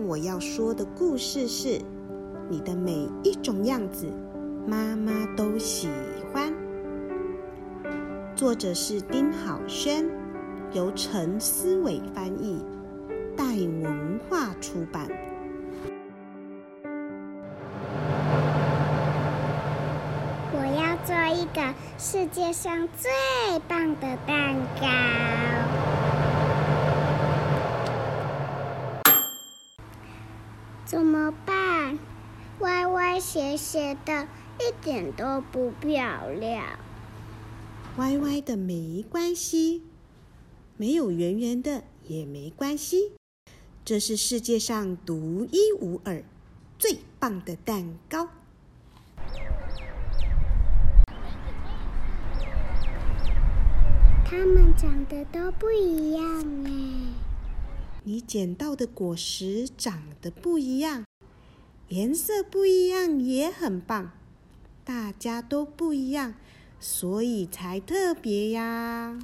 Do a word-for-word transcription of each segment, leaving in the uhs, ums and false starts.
我要说的故事是你的每一种样子妈妈都喜欢。作者是丁好轩，由陈思伟翻译，代文化出版。 我要做一个世界上最棒的蛋糕。怎么办？歪歪斜斜的，一点都不漂亮。 歪歪的没关系，没有圆圆的也没关系，这是世界上独一无二、最棒的蛋糕。 它们长得都不一样耶。 你捡到的果实长得不一样，颜色不一样也很棒，大家都不一样，所以才特别呀。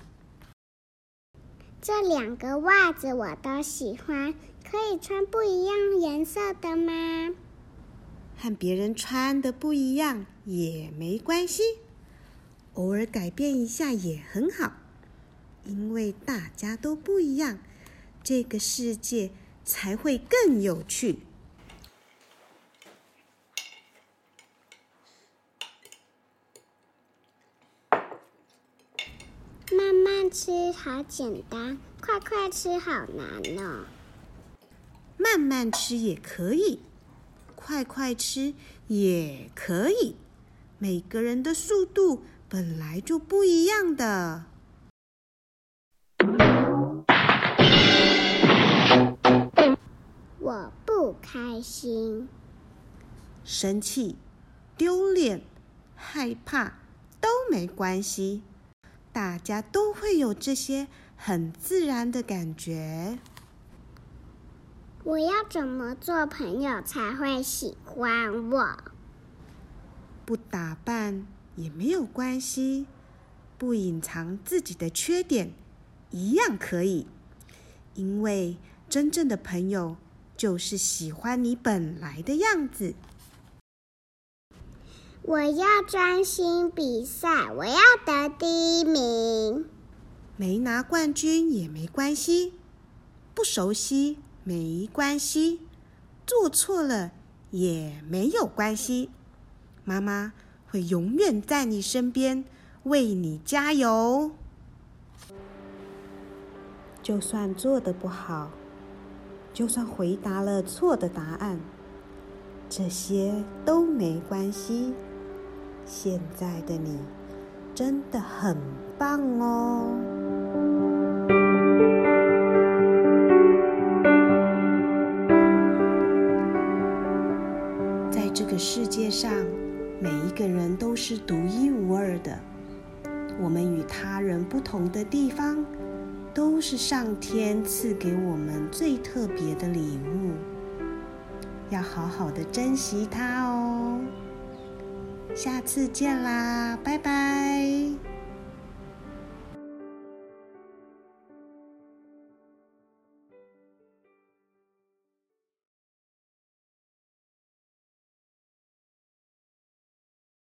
这两个袜子我都喜欢，可以穿不一样颜色的吗？ 和别人穿的不一样也没关系，偶尔改变一下也很好，因为大家都不一样，这个世界才会更有趣。 慢慢吃好简单，快快吃好难哦。 慢慢吃也可以，快快吃也可以，每个人的速度本来就不一样的。 我不开心， 生气、丢脸、害怕都没关系，大家都会有这些很自然的感觉。 我要怎么做朋友才会喜欢我？ 不打扮也没有关系，不隐藏自己的缺点一样可以，因为真正的朋友就是喜欢你本来的样子。 我要专心比赛，我要得第一名。 没拿冠军也没关系，不熟悉没关系，做错了也没有关系，妈妈会永远在你身边为你加油。就算做得不好，就算回答了错的答案，这些都没关系。现在的你真的很棒哦。在这个世界上，每一个人都是独一无二的。我们与他人不同的地方，都是上天赐给我们最特别的礼物，要好好的珍惜它哦。下次见啦，拜拜。